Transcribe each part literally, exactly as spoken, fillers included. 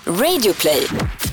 Radioplay.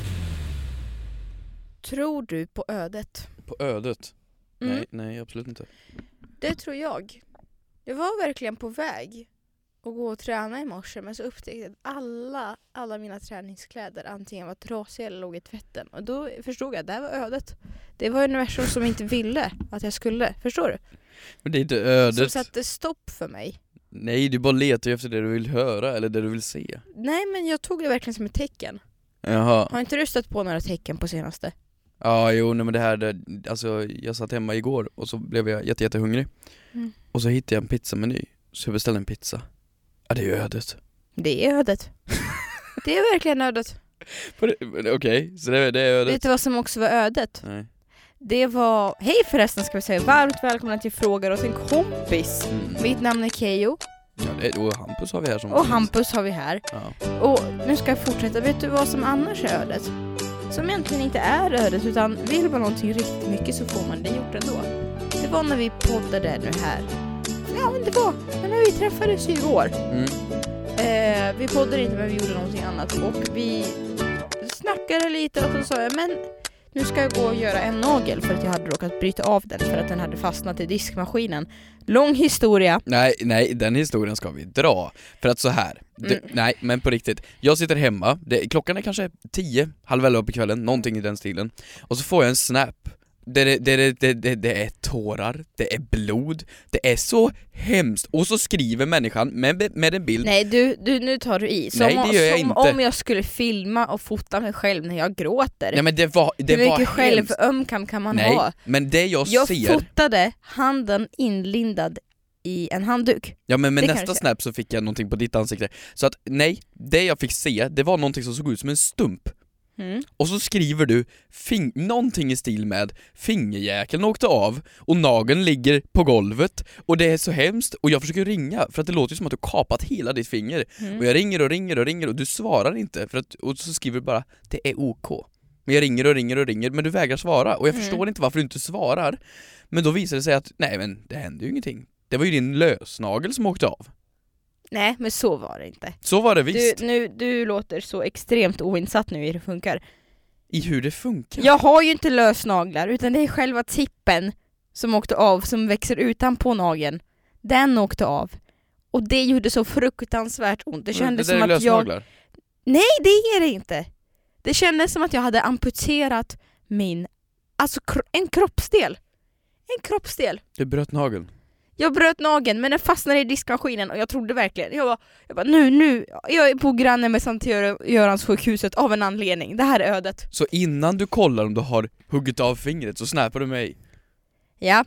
Tror du på ödet? På ödet? Mm. Nej, nej, absolut inte. Det tror jag. Jag var verkligen på väg att gå och träna i morse, men så upptäckte jag att alla, alla mina träningskläder antingen var trasiga eller låg i tvätten. Och då förstod jag att det här var ödet. Det var universum som inte ville att jag skulle. Förstår du? Men det är inte ödet. Som satte stopp för mig. Nej, du bara letar efter det du vill höra eller det du vill se. Nej, men jag tog det verkligen som ett tecken. Jaha. Har inte du stött på några tecken på senaste? Ja, jo, nej, men det här, det, alltså jag satt hemma igår och så blev jag jätte, jätte hungrig. Mm. Och så hittade jag en pizzameny, så jag beställde en pizza. Ja, det är ju ödet. Det är ödet. Det är verkligen ödet. Okej, okay, så det, det är ödet. Vet du vad som också var ödet? Nej. Det var, hej förresten ska vi säga, varmt välkomna till Frågar åt en kompis. Mm. Mitt namn är Keyyo. Ja, det är, och Hampus har vi här som Och Hampus har vi här. Ja. Och nu ska jag fortsätta. Vet du vad som annars är ödet? Som egentligen inte är ödet, utan vill man någonting riktigt mycket så får man det gjort ändå. Det var när vi poddade nu här. Ja, men det var när vi träffades igår. Mm. Eh, vi poddade inte, men vi gjorde någonting annat. Och vi snackade lite och så sa jag, men nu ska jag gå och göra en nagel för att jag hade råkat bryta av den för att den hade fastnat i diskmaskinen. Lång historia. Nej, nej, den historien ska vi dra. För att så här, det, Mm. nej, men på riktigt. Jag sitter hemma, det, klockan är kanske tio, halv elva på kvällen, någonting i den stilen. Och så får jag en snap. Det, det, det, det, det, det är tårar, det är blod, det är så hemskt. Och så skriver människan med, med en bild. Nej, du, du, nu tar du i. Som, Nej, det gör jag som inte. om jag skulle filma och fota mig själv när jag gråter. Nej, men det var, det Hur var mycket hemskt. självömkam kan man Nej, ha? men det jag, Jag ser... fotade handen inlindad i en handduk. Ja, men med Det kan nästa du se. snap så fick jag någonting på ditt ansikte. Så att nej, det jag fick se, det var någonting som såg ut som en stump. Mm. Och så skriver du fing- någonting i stil med fingerjäkeln åkte av och nageln ligger på golvet och det är så hemskt och jag försöker ringa för att det låter som att du kapat hela ditt finger. Mm. Och jag ringer och ringer och ringer och du svarar inte för att, och så skriver du bara det är OK. Men jag ringer och ringer och ringer men du vägrar svara och jag Mm. förstår inte varför du inte svarar. Men då visar det sig att nej, men det händer ju ingenting. Det var ju din lösnagel som åkte av. Nej, men så var det inte. Så var det Du, visst. nu, du låter så extremt oinsatt nu i hur det funkar. I hur det funkar. Jag har ju inte lösnaglar, utan det är själva tippen som åkte av, som växer utanpå nageln. Den åkte av. Och det gjorde så fruktansvärt ont. Det kändes det där som är att jag... lösnaglar. Nej, det är det inte. Det kändes som att jag hade amputerat min... Alltså kro- en kroppsdel. En kroppsdel. Du bröt nageln. Jag bröt nageln, men den fastnade i diskmaskinen och jag trodde verkligen, jag bara, jag bara nu, nu, jag är på grannen med Sankt Gör- Görans sjukhuset av en anledning. Det här är ödet. Så innan du kollar om du har huggit av fingret så snappar du mig. Ja.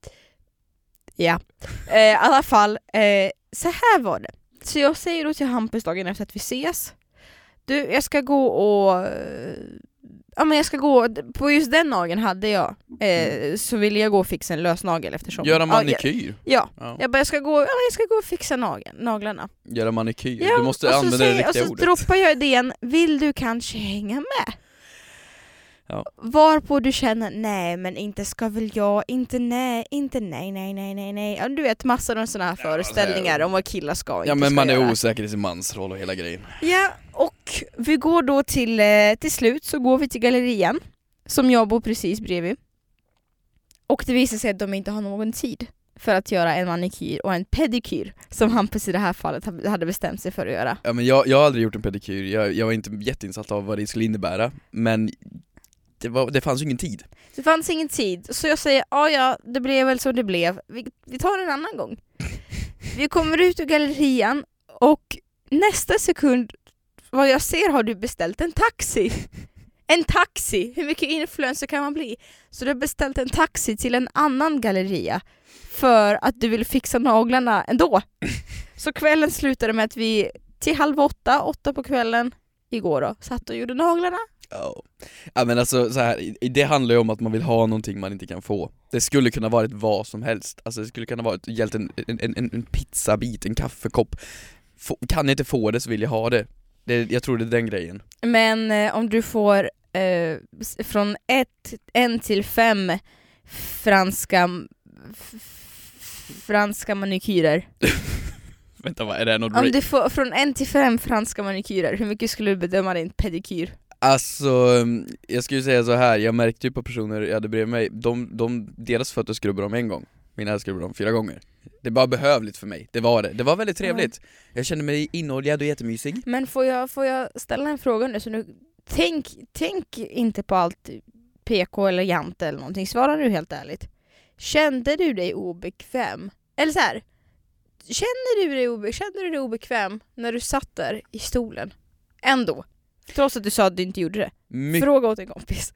Ja. Eh, I alla fall, eh, så här var det. Så jag säger då till Hampus dagen efter att vi ses. Du, jag ska gå och... eh, Ja, men jag ska gå... På just den nageln hade jag. Eh, så ville jag gå och fixa en lösnagel eftersom... Göra Ja, manikyr. Ja. Ja. Jag bara, jag ska gå, ja, men jag ska gå och fixa nageln, naglarna. Göra manikyr. Ja, Du måste och så använda säger- det riktiga Och så ordet. droppar jag idén, vill du kanske hänga med? Ja. Varpå du känner, nej men inte ska väl jag, inte nej, inte nej, nej, nej, nej, nej. Ja, du vet massor av sådana här Ja, föreställningar så här- om vad killar ska och Ja, inte men ska man är göra. osäker i sin mansroll och hela grejen. Ja, och vi går då till, eh, till slut så går vi till gallerian som jag bor precis bredvid. Och det visar sig att de inte har någon tid för att göra en manikyr och en pedikyr som Hampus i det här fallet hade bestämt sig för att göra. Ja, men jag, jag har aldrig gjort en pedikyr. Jag, jag var inte jätteinsatt av vad det skulle innebära. Men det, var, det fanns ju ingen tid. Det fanns ingen tid, så jag säger, ja ja, det blev väl så det blev. Vi, vi tar en annan gång. Vi kommer ut ur gallerian och nästa sekund, vad jag ser, har du beställt en taxi. En taxi! Hur mycket influencer kan man bli? Så du har beställt en taxi till en annan galleria för att du vill fixa naglarna ändå. Så kvällen slutade med att vi till halv åtta, åtta på kvällen igår då, satt och gjorde naglarna. Oh. Ja, men alltså så här, det handlar ju om att man vill ha någonting man inte kan få. Det skulle kunna vara ett vad som helst. Alltså det skulle kunna vara ett, gällt en, en, en, en pizzabit, en kaffekopp. Få, kan jag inte få det så vill jag ha det. det jag tror det är den grejen. Men eh, om du får eh, s- från ett, en till fem franska f- f- franska manikyrer. Vänta, vad är det? Något Om du får från en till fem franska manikyrer, hur mycket skulle du bedöma din pedikyr? Alltså, jag skulle säga så här, jag märkte ju på personer jag hade bredvid mig, de, de, deras fötter skrubbar de en gång, mina skrubbar de fyra gånger. Det var behövligt för mig, det var det. Det var väldigt trevligt. Ja. Jag kände mig inoljad och jättemysig. Men får jag, får jag ställa en fråga nu? Så nu tänk, tänk inte på allt P K eller jante eller någonting. Svara nu helt ärligt. Kände du dig obekväm? Eller så här, kände du dig obe, kände du dig obekväm när du satt där i stolen? Ändå. Trots att du sa att du inte gjorde det. My- Fråga åt en kompis.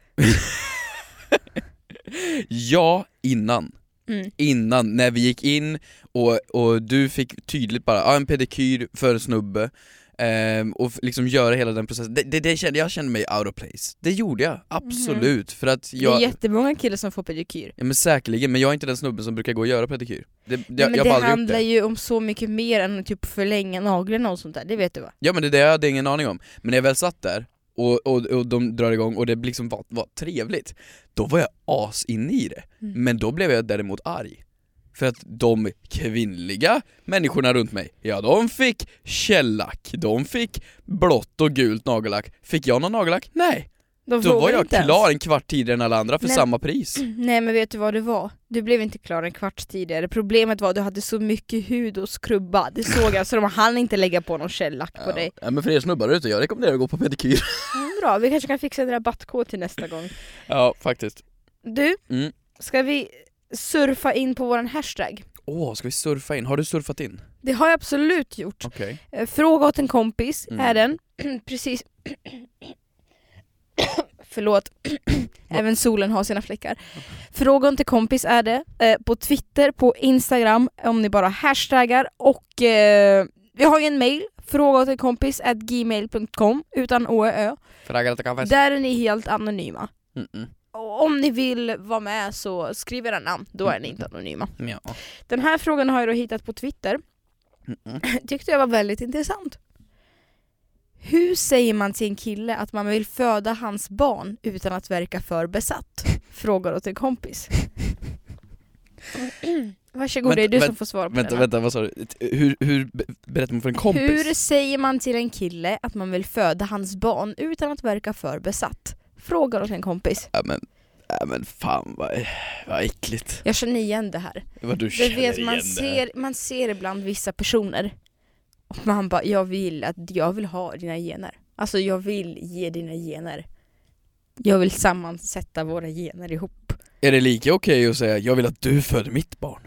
Ja, innan. Mm. Innan, när vi gick in och, och du fick tydligt bara ah, en pedikyr för en snubbe um, och liksom göra hela den processen. Det, det, det kände, jag kände mig out of place. Det gjorde jag, absolut. Mm. För att jag, det är jättemånga killar som får pedikyr. Ja men säkerligen, men jag är inte den snubben som brukar gå och göra pedikyr. Det, det, ja, men jag det handlar ju om så mycket mer än att typ förlänga naglarna och sånt där, det vet du va? Ja men det, det jag hade ingen aning om. Men när jag väl satt där Och, och, och de drar igång och det liksom var, var trevligt, då var jag as inne i det. Mm. Men då blev jag däremot arg. För att de kvinnliga människorna runt mig, ja de fick källack, de fick blått och gult nagellack. Fick jag någon nagellack? Nej. De då var jag klar ens en kvart tidigare än alla andra för Nej. samma pris. Nej men vet du vad det var? Du blev inte klar en kvart tidigare. Problemet var att du hade så mycket hud och skrubba. Det såg jag, så de hann inte lägga på någon källack på ja. dig. Ja men för er snubbar ute, jag rekommenderar att gå på pedikyr. Mm, bra, vi kanske kan fixa en rabattkod till nästa gång. Ja, faktiskt. Du, mm. ska vi surfa in på våran hashtag? Åh, oh, ska vi surfa in? Har du surfat in? Det har jag absolut gjort. Okay. Fråga åt en kompis mm. är den. Precis. Förlåt. Även solen har sina fläckar. Frågan till kompis är det. Eh, på Twitter, på Instagram, om ni bara hashtaggar. Och eh, vi har ju en mail. Fråga åt en kompis at gmail punkt com utan å och ö. Där är ni helt anonyma. Mm-mm. Och om ni vill vara med så skriv era namn. Då är ni inte anonyma. Ja. Den här frågan har jag då hittat på Twitter. Mm-mm. Tyckte jag var väldigt intressant. Hur säger man till en kille att man vill föda hans barn utan att verka för besatt? Frågar åt en kompis. Varsågod, det är du vänta, som får svara på vänta, den. Vänta, vad sa du? Hur, hur berättar man för en kompis? Hur säger man till en kille att man vill föda hans barn utan att verka för besatt? Frågar åt en kompis. Ja men, ja, men fan vad, vad äckligt. Jag känner igen det här. Vad du det känner vet, igen man det ser, man ser ibland vissa personer och man bara, jag vill att jag vill ha dina gener. Alltså jag vill ge dina gener. Jag vill sammansätta våra gener ihop. Är det lika okej att säga, jag vill att du föder mitt barn?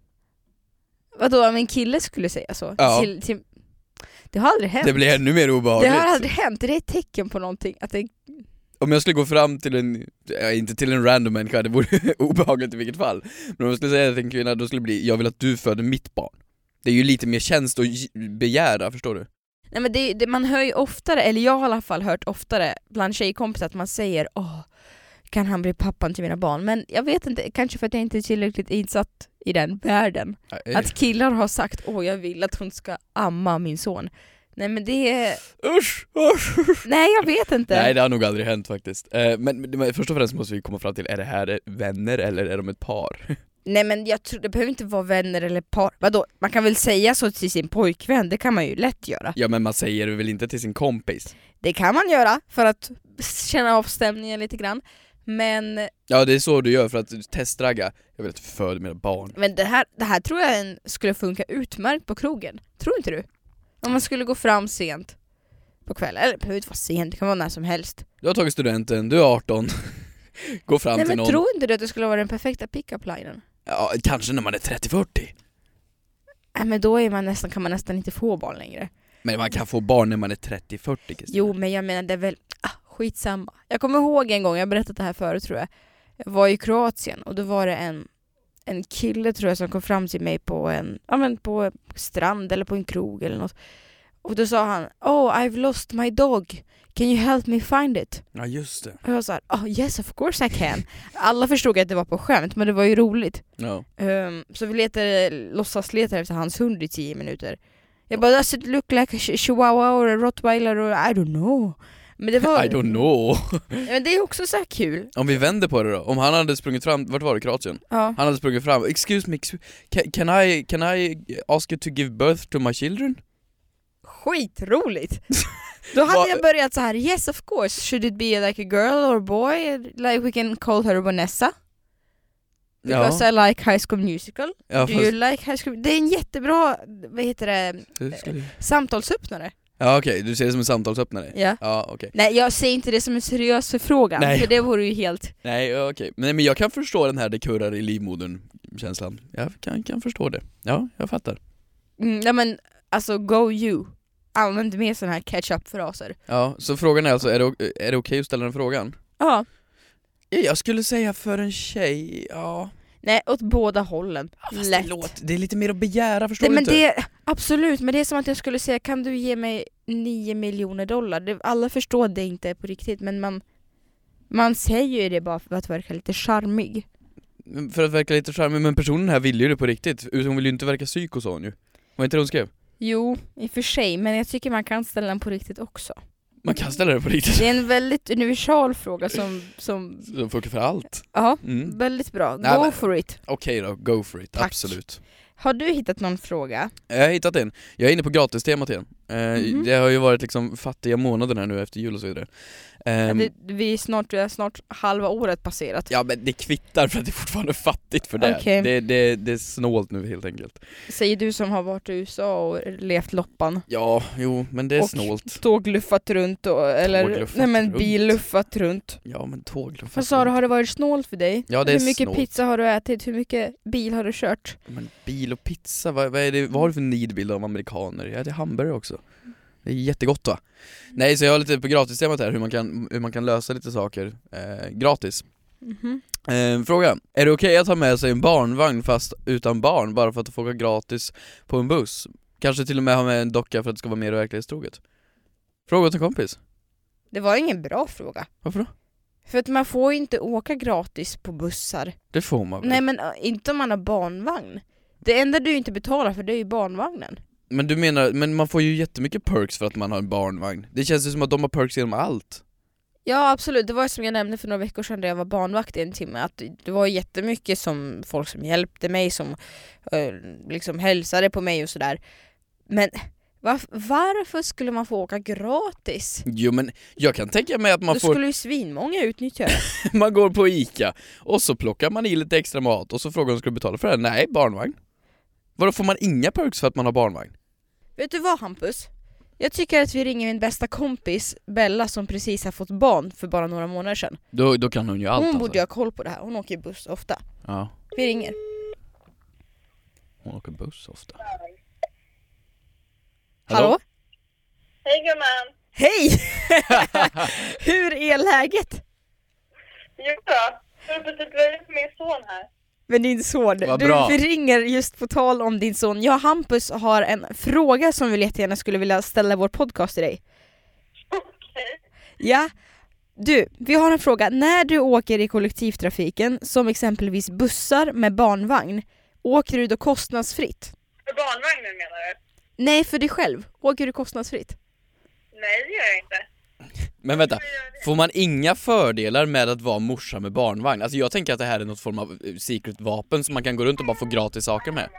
Vadå, om en kille skulle säga så? Ja. Till, till, det har aldrig hänt. Det blir ännu mer obehagligt. Det har aldrig hänt, det är ett tecken på någonting. Att det... Om jag skulle gå fram till en, ja, inte till en random människa, det vore obehagligt i vilket fall. Men om jag skulle säga till en kvinna, då skulle det bli, jag vill att du föder mitt barn. Det är ju lite mer tjänst och begära, förstår du? Nej men det, det, man hör ju oftare, eller jag har i alla fall hört oftare bland tjejkompisar att man säger, åh, kan han bli pappan till mina barn? Men jag vet inte, kanske för att jag inte är tillräckligt insatt i den världen. Nej. Att killar har sagt, åh jag vill att hon ska amma min son. Nej men det är... Usch, usch. Nej jag vet inte. Nej det har nog aldrig hänt faktiskt. eh, men, men först och främst måste vi komma fram till, är det här vänner eller är de ett par? Nej men jag tror, det behöver inte vara vänner eller par. Vadå? Man kan väl säga så till sin pojkvän, det kan man ju lätt göra. Ja men man säger det väl inte till sin kompis? Det kan man göra för att känna av stämningen lite grann. Men... Ja det är så du gör för att testragga. Jag vill att du föder mina barn. Men det här, det här tror jag en, skulle funka utmärkt på krogen. Tror inte du? Om man skulle gå fram sent på kvällen. Eller det behöver inte vara sent, det kan vara när som helst. Du har tagit studenten, du är arton. Gå fram Nej, till men någon. tror inte du att det skulle vara den perfekta pick-up-linen? Ja, kanske när man är trettio fyrtio. Nej men då är man nästan, kan man nästan inte få barn längre. Men man kan få barn när man är trettio fyrtio. Jo men jag menar det är väl ah, skitsamma. Jag kommer ihåg en gång, jag har berättat det här förut tror jag. Jag var i Kroatien och då var det en, en kille tror jag som kom fram till mig på en, ja, men på strand eller på en krog eller något. Och då sa han, oh I've lost my dog. Can you help me find it? Ja just det. Och jag sa, oh yes of course I can. Alla förstod att det var på skämt, men det var ju roligt. No. Um, så vi letade, låtsas letade efter hans hund i tio minuter. Jag bara, does it look like a chihuahua or a rottweiler or I don't know. Men det var... I don't know. Men det är också så här kul. Om vi vänder på det då. Om han hade sprungit fram, vart var det, Kroatien? Ja. Han hade sprungit fram, excuse me, excuse, can, can, I, can I ask you to give birth to my children? Skitroligt. Då hade Va- jag börjat så här: yes of course, should it be like a girl or a boy? Like we can call her Vanessa. Because I like High School Musical. Ja, Do fast, you like High School? Det är en jättebra, vad heter det, det skulle... samtalsöppnare. Ja okej, okay. Du ser det som en samtalsöppnare? Ja. Ja okej. Okay. Nej, jag säger inte det som en seriös förfrågan. Nej. För det vore ju helt... Nej okej, okay. men, men jag kan förstå den här det kurrar i livmodern känslan. Jag kan, kan förstå det. Ja, jag fattar. Mm, ja men, alltså go you. Använd mer sådana här catch-up-fraser. Ja, så frågan är alltså, är det, är det okej okay att ställa den frågan? Ja. Jag skulle säga för en tjej, ja. Nej, åt båda hållen. Ja, fast Lätt. Det, låter, det är lite mer att begära, förstår Det, du men inte? det, absolut, men det är som att jag skulle säga, kan du ge mig nio miljoner dollar? Det, alla förstår att det inte är på riktigt, men man, man säger ju det bara för att verka lite charmig. För att verka lite charmig, men personen här vill ju det på riktigt. Hon vill ju inte verka psyko, sa hon ju. Var inte det hon skrev? Jo, i och för sig, men jag tycker man kan ställa den på riktigt också. Man kan ställa det på riktigt. Det är en väldigt universal fråga som... som Som funkar för allt. ja, Mm. väldigt bra. Go Nej, men- for it. Okej då, go for it, Tack. absolut. Har du hittat någon fråga? Jag har hittat en. Jag är inne på gratistemat igen. Eh, Mhm. Det har ju varit liksom fattiga månader här nu efter jul och så vidare. Ja, Ehm, det, vi är snart, vi är snart halva året passerat. Ja men det kvittar för att det är fortfarande fattigt för det. Okej. det, det Det är snålt nu helt enkelt. Säger du som har varit i U S A och levt loppan. Ja, jo men det är Och snålt. Tågluffat runt och, eller Tågluffat nej men runt. billuffat runt. Ja men tåg. Vad sa du, har det varit snålt för dig? Ja, det är Hur mycket snålt. pizza har du ätit? Hur mycket bil har du kört? Men bil och pizza, vad, vad, är det, vad har du för nidbild av amerikaner? Jag äter hamburgare också. Det är jättegott va? Nej, så jag har lite på gratistemat här, hur man kan, hur man kan lösa lite saker eh, gratis. Mhm. Eh, fråga, är det okej att ha med sig en barnvagn fast utan barn bara för att få åka gratis på en buss? Kanske till och med ha med en docka för att det ska vara mer verklighetstroget. Fråga åt en kompis. Det var ingen bra fråga. Varför då? För att man får ju inte åka gratis på bussar. Det får man väl? Nej men äh, inte om man har barnvagn. Det enda du inte betalar för det är ju barnvagnen. Men du menar, men man får ju jättemycket perks för att man har en barnvagn. Det känns ju som att de har perks genom allt. Ja absolut, det var som jag nämnde för några veckor sedan där jag var barnvakt i en timme, att det var jättemycket som folk som hjälpte mig, som eh, liksom hälsade på mig och sådär. Men varf- varför skulle man få åka gratis? Jo men jag kan tänka mig att man Då får, skulle ju svinmånga utnyttja det. man går på Ica och så plockar man i lite extra mat och så frågar om ska du betala för det. Nej, barnvagn. Vadå, får man inga perks för att man har barnvagn? Vet du vad Hampus? Jag tycker att vi ringer min bästa kompis Bella som precis har fått barn för bara några månader sedan. Då, då kan hon ju allt Hon alltså. borde ju ha koll på det här, hon åker ju buss ofta. Ja, Vi ringer. hon åker buss ofta. Hallå? Hej gumman! Hej! Hur är läget? Jo då, jag har precis varit med min son här. Men din son, Vad du, bra. vi ringer just på tal om din son. Jag och Hampus har en fråga som vi jättegärna skulle vilja ställa vår podcast till dig. Okej. Ja, du, vi har en fråga. När du åker i kollektivtrafiken, som exempelvis bussar med barnvagn, åker du då kostnadsfritt? För barnvagnen menar du? Nej, för dig själv. Åker du kostnadsfritt? Nej, det gör jag inte. Men vänta, Hur gör det? får man inga fördelar med att vara morsa med barnvagn? Alltså jag tänker att det här är något form av eh, secret vapen som man kan gå runt och bara få gratis saker med.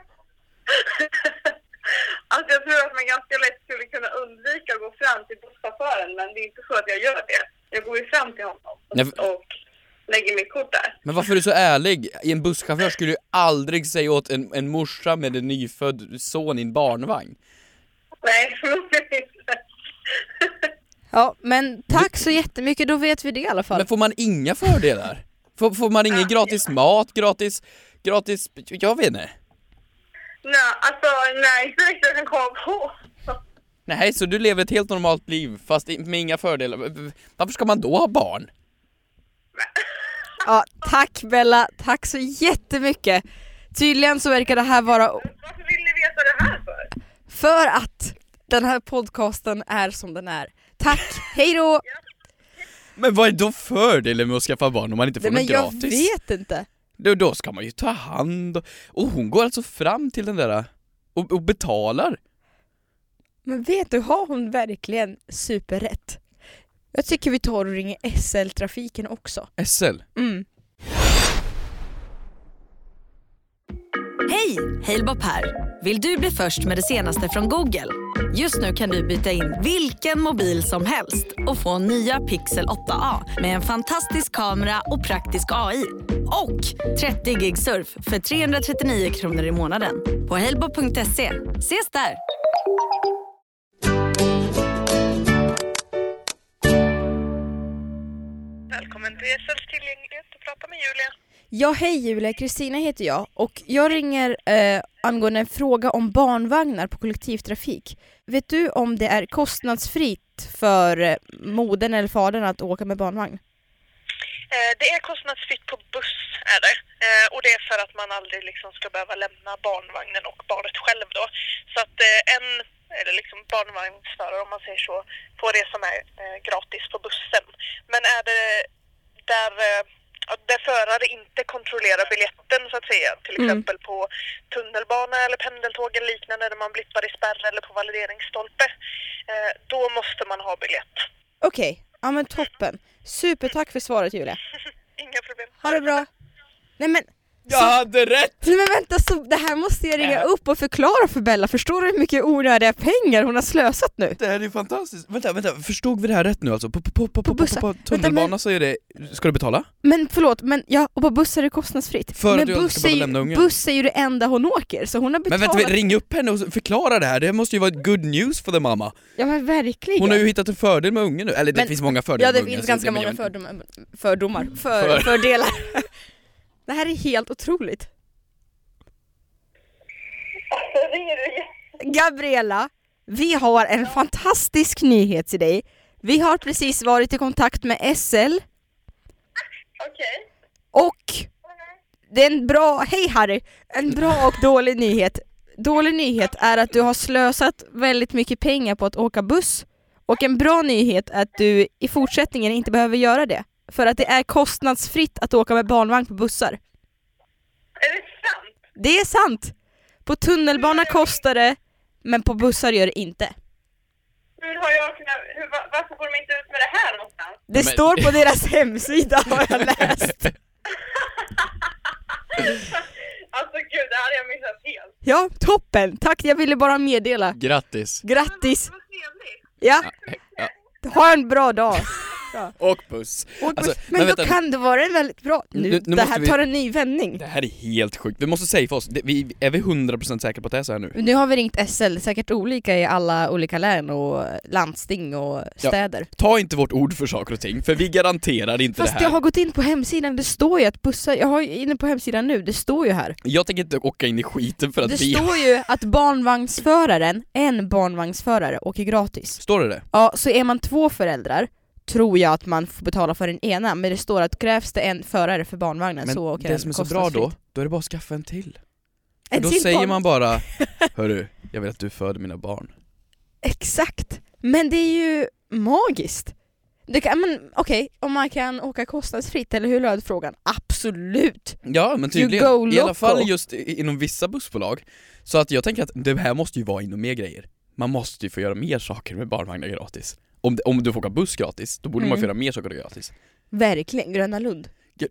Alltså jag tror att man ganska lätt skulle kunna undvika att gå fram till busschauffören, men det är inte så att jag gör det. Jag går ju fram till honom och, Nej, för- och lägger mitt kort där. Men varför är du så ärlig? En busschaufför skulle ju aldrig säga åt en, en morsa med en nyfödd son i en barnvagn. Nej, förmodligen inte. Ja, men tack så jättemycket, då vet vi det i alla fall. Men får man inga fördelar? Får, får man ingen gratis mat, gratis, gratis, jag vet inte. Nej, alltså nej, inte riktigt jag kan komma på. Nej, så du lever ett helt normalt liv fast med inga fördelar. Varför ska man då ha barn? Ja, tack Bella, tack så jättemycket. Tydligen så verkar det här vara Varför vill ni veta det här för? för att den här podcasten är som den är. Tack, hej då! Men vad är då fördelen med att skaffa barn om man inte får Men något jag gratis? vet inte. Då, då ska man ju ta hand och, och hon går alltså fram till den där och, och betalar. Men vet du, har hon verkligen superrätt? Jag tycker vi tar och ringer S L-trafiken också. S L? Mm. Hej, Halebop här. Vill du bli först med det senaste från Google? Just nu kan du byta in vilken mobil som helst och få nya Pixel åtta A med en fantastisk kamera och praktisk A I. Och trettio gig surf för trehundratrettionio kronor i månaden på halebop punkt se. Ses där! Välkommen till S L:s tillgänglighet. Du pratar med Julia. Ja, hej Julia, Kristina heter jag och jag ringer eh, angående en fråga om barnvagnar på kollektivtrafik. Vet du om det är kostnadsfritt för eh, modern eller fadern att åka med barnvagn? Eh, det är kostnadsfritt på buss är det. Eh, och det är för att man aldrig liksom ska behöva lämna barnvagnen och barnet själv då. Så att eh, en eller liksom barnvagnsförare om man säger så får det som är eh, gratis på bussen. Men är det där... Eh, där förare inte kontrollerar biljetten så att säga, till exempel mm. på tunnelbana eller pendeltåg eller liknande när man blippar i spärr eller på valideringsstolpe, eh, då måste man ha biljett. Okej, okay. Ja men toppen. Supertack för svaret Julia. Inga problem. Ha det bra. Nej men... Jag så... hade rätt! Nej men vänta, så det här måste jag ringa upp och förklara för Bella. Förstår du hur mycket onödiga pengar hon har slösat nu? Det här är ju fantastiskt. Vänta, vänta, förstod vi det här rätt nu alltså? På, på, på, på, på, på, på tunnelbana men... så är det... Ska du betala? Men förlåt, men ja, och på buss är det kostnadsfritt. För men att du buss ska bara lämna ungen. Buss är ju det enda hon åker, så hon har betalat... Men vänta, ring upp henne och förklara det här. Det måste ju vara ett good news för the mamma. Ja men verkligen. Hon har ju hittat en fördel med ungen nu. Eller det men, finns många fördelar ja, det med finns ungen, ganska många fördomar, fördomar för, för. fördelar. Det här är helt otroligt. Gabriella, vi har en fantastisk nyhet till dig. Vi har precis varit i kontakt med S L. Okej. Okay. Och det är en bra, hej Harry, en bra och dålig nyhet. Dålig nyhet är att du har slösat väldigt mycket pengar på att åka buss. Och en bra nyhet är att du i fortsättningen inte behöver göra det. För att det är kostnadsfritt att åka med barnvagn på bussar. Är det sant? Det är sant! På tunnelbana kostar det, men på bussar gör det inte. Hur har jag kunnat, hur, varför får de inte ut med det här någonstans? Det men... står på deras hemsida, har jag läst. Alltså gud, det hade jag missat helt. Ja, toppen. Tack, jag ville bara meddela. Grattis. Grattis. Vad trevligt. Ja. ja. Ha en bra dag. Ja. Och buss. Och alltså, buss. Men, men då kan det vara väldigt bra. Nu, nu, nu det här vi... tar en ny vändning. Det här är helt sjukt. Vi måste säga för oss, det, vi, är vi hundra procent säkra på att det är så här nu? Nu har vi ringt S L, säkert olika i alla olika län och landsting och städer. Ja, ta inte vårt ord för saker och ting, för vi garanterar inte Fast det här. Jag har gått in på hemsidan, det står ju att bussar, jag har inne på hemsidan nu, det står ju här. Jag tänker inte åka in i skiten för att det vi... Det står ju att barnvagnsföraren, en barnvagnsförare, åker gratis. Står det det? Ja, så är man två föräldrar tror jag att man får betala för den ena, men det står att krävs det en förare för barnvagnen men så åker det som är så bra då, då är det bara att skaffa en till. En då säger barn. Man bara, hörru, jag vill att du föder mina barn. Exakt, men det är ju magiskt. Det kan, men okej, okay, om man kan åka kostnadsfritt, eller hur löd frågan? Absolut. Ja, men tydligen, i alla fall just inom vissa bussbolag. Så att jag tänker att det här måste ju vara inom mer grejer. Man måste ju få göra mer saker med barnvagnar gratis. Om, om du får åka buss gratis, då borde mm. man få göra mer saker gratis. Verkligen, Gröna Lund.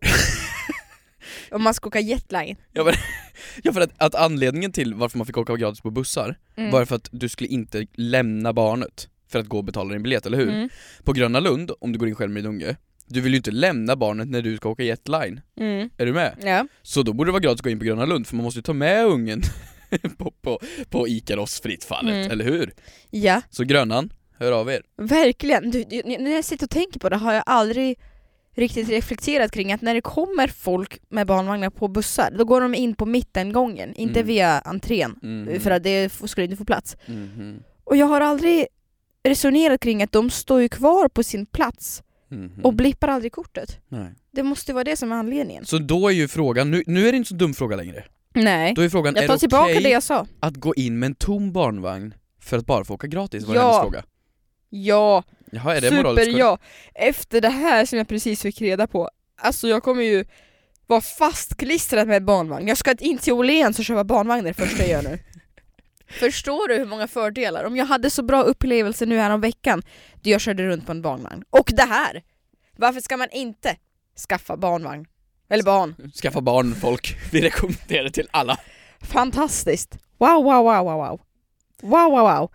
Om man ska åka jetline. Ja, men, ja för att, att anledningen till varför man fick åka gratis på bussar mm. var för att du skulle inte lämna barnet för att gå och betala din biljett, eller hur? Mm. På Gröna Lund, om du går in själv med din unge, du vill ju inte lämna barnet när du ska åka jetline. Mm. Är du med? Ja. Så då borde det vara gratis att gå in på Gröna Lund, för man måste ju ta med ungen på, på, på Ikaros frittfallet, mm. eller hur? Ja. Så Grönan, hör av er. Verkligen. Du, när jag sitter och tänker på det har jag aldrig riktigt reflekterat kring att när det kommer folk med barnvagnar på bussar, då går de in på mittengången, inte mm. via entrén, mm. för att det skulle inte få plats. Mm. Och jag har aldrig resonerat kring att de står ju kvar på sin plats mm. och blippar aldrig kortet. Nej. Det måste vara det som är anledningen. Så då är ju frågan, nu, nu är det inte så dum fråga längre. Nej, då är frågan, jag tar är tillbaka okay det jag sa. Att gå in med en tom barnvagn för att bara få åka gratis, var ja. hennes fråga. Ja, Jaha, är det super ja. Efter det här som jag precis fick reda på, alltså jag kommer ju vara fastklistrad med barnvagn. Jag ska in till Åhléns och köpa barnvagn det första jag gör nu. Förstår du hur många fördelar? Om jag hade så bra upplevelser nu här om veckan då jag körde runt på en barnvagn. Och det här! Varför ska man inte skaffa barnvagn? Eller barn? Skaffa barn, folk. Vi rekommenderar det till alla. Fantastiskt! Wow, wow, wow, wow, wow. Wow, wow, wow.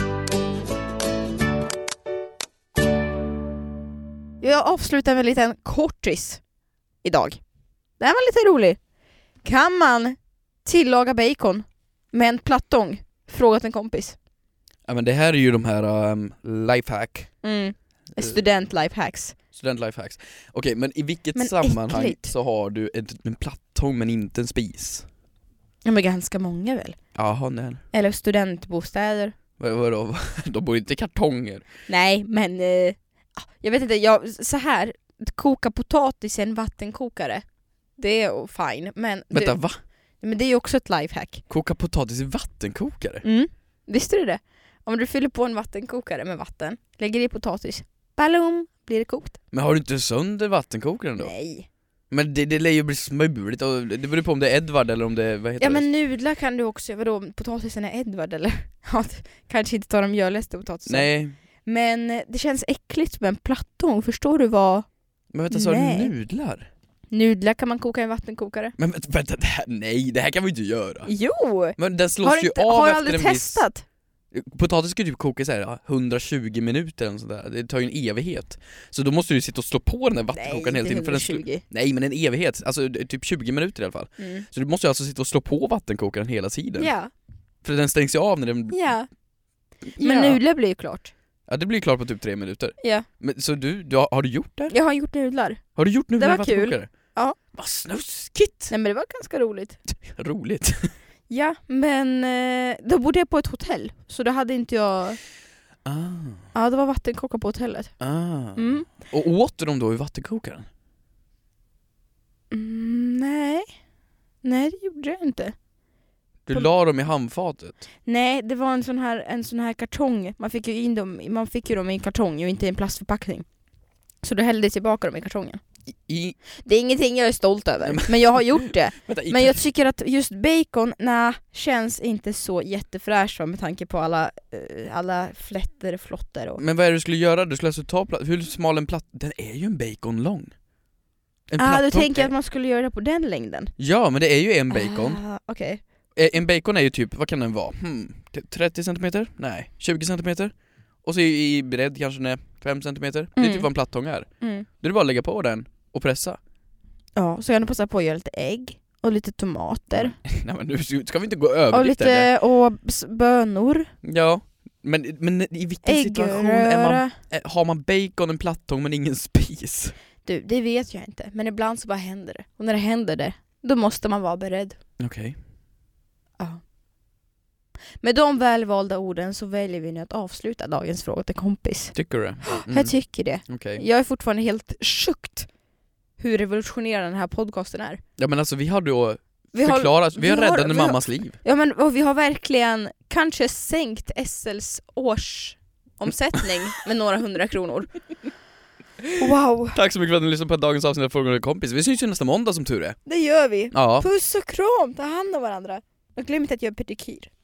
Jag avslutar med en liten kortis idag. Det här var lite rolig. Kan man tillaga bacon med en plattång? Frågat en kompis. Ja, men det här är ju de här um, lifehack. Mm. Student lifehacks. Student lifehacks. Okej, men i vilket Men sammanhang äckligt. så har du ett, en plattång men inte en spis? Ja, men ganska många väl. Jaha, nej. Eller studentbostäder. Vad, vadå? De bor inte i kartonger. Nej, men eh, jag vet inte, jag, så här koka potatis i en vattenkokare. Det är fine, men Vänta, det, va? men det är ju också ett lifehack. Koka potatis i vattenkokare? Mm. Visste du det? Om du fyller på en vattenkokare med vatten, lägger i potatis, ballum, blir det kokt. Men har du inte sönder vattenkokaren då? Nej. Men det, det lär ju bli smuligt, och det beror på om det är Edvard eller om det är, vad heter Ja, det? men nudlar kan du också, vadå, potatisen är Edvard eller? Ja, kanske inte ta de mjöligaste potatisen. Nej, Men det känns äckligt med en plattång, förstår du vad? men vänta, sa du Nej. nudlar? Nudlar kan man koka i en vattenkokare. Men vänta, vänta det här, nej, det här kan vi inte göra. Jo! Men den slås Har du ju inte, av har du efter aldrig en viss... testat? Potatis ska typ koka så här ja, hundratjugo minuter eller sådär. Det tar ju en evighet. Så då måste du sitta och slå på den här vattenkokaren Nej, hela inte tiden för den hundratjugo. slå... Nej, men en evighet, alltså typ tjugo minuter i alla fall. Mm. Så du måste ju alltså sitta och slå på vattenkokaren hela tiden. Ja, För den stängs ju av när den... ja. Men Ja. nudlar blir ju klart. Ja, det blir klart på typ tre minuter. Ja, Men så du, du har, har du gjort det? jag har gjort nudlar. Har du gjort nudlar Det i var kul. vattenkokare? Ja. Vad snuskigt! Nej, men det var ganska roligt. Roligt. Ja, men eh, då bodde jag på ett hotell. Så då hade inte jag... Ah, Ja, det var vattenkokare på hotellet. ah. Mm. Och åt de då i vattenkokaren? Mm, nej. Nej, det gjorde jag inte. Du På- la dem i handfatet? Nej, det var en sån här, en sån här kartong. Man fick ju in dem, man fick ju dem i en kartong och inte i en plastförpackning. Så då hällde jag tillbaka dem i kartongen. I, Det är ingenting jag är stolt över, men jag har gjort det. vänta, i Men jag tycker att just bacon, nej, känns inte så jättefräscht med tanke på alla, eh, alla flätter, flotter och... Men vad är det du skulle göra? Du skulle alltså ta platt... Hur smal en platt... Den är ju en bacon lång. En Ah, du plattång tänker är- att man skulle göra det på den längden? Ja, men det är ju en bacon. Ah, okej. Eh, En bacon är ju typ, vad kan den vara? Hmm, trettio centimeter? Nej, tjugo centimeter? Och så i i bredd kanske den är fem centimeter. Det är Mm. typ vad en plattång är. Mm. Då är det bara att lägga på den och pressa. Ja, så jag kan passa på att göra lite ägg och lite tomater. Nej, men nu ska vi inte gå över Och lite där. lite och s- bönor. Ja, men, men i vilken situation är man, Äggröra. är, har man bacon, en plattång men ingen spis? Du, det vet jag inte. Men ibland så bara händer det. Och när det händer det, då måste man vara beredd. Okej. Ja. Med de välvalda orden så väljer vi nu att avsluta dagens fråga till kompis. Tycker du det? Mm. Jag tycker det. Okej. Jag är fortfarande helt sjukt hur revolutionerande den här podcasten är. Ja, men alltså vi har då Vi har, förklarat, vi har vi räddat har- en vi har- mammas liv. ja, men, och vi har verkligen kanske sänkt S L:s årsomsättning med några hundra kronor. Wow, Tack så mycket för att ni lyssnade på dagens avsnitt av Frågor med kompis. Vi syns ju nästa måndag som tur är. det gör vi. Ja. Puss och kram, ta hand om varandra. Och glöm inte att göra pedikyr.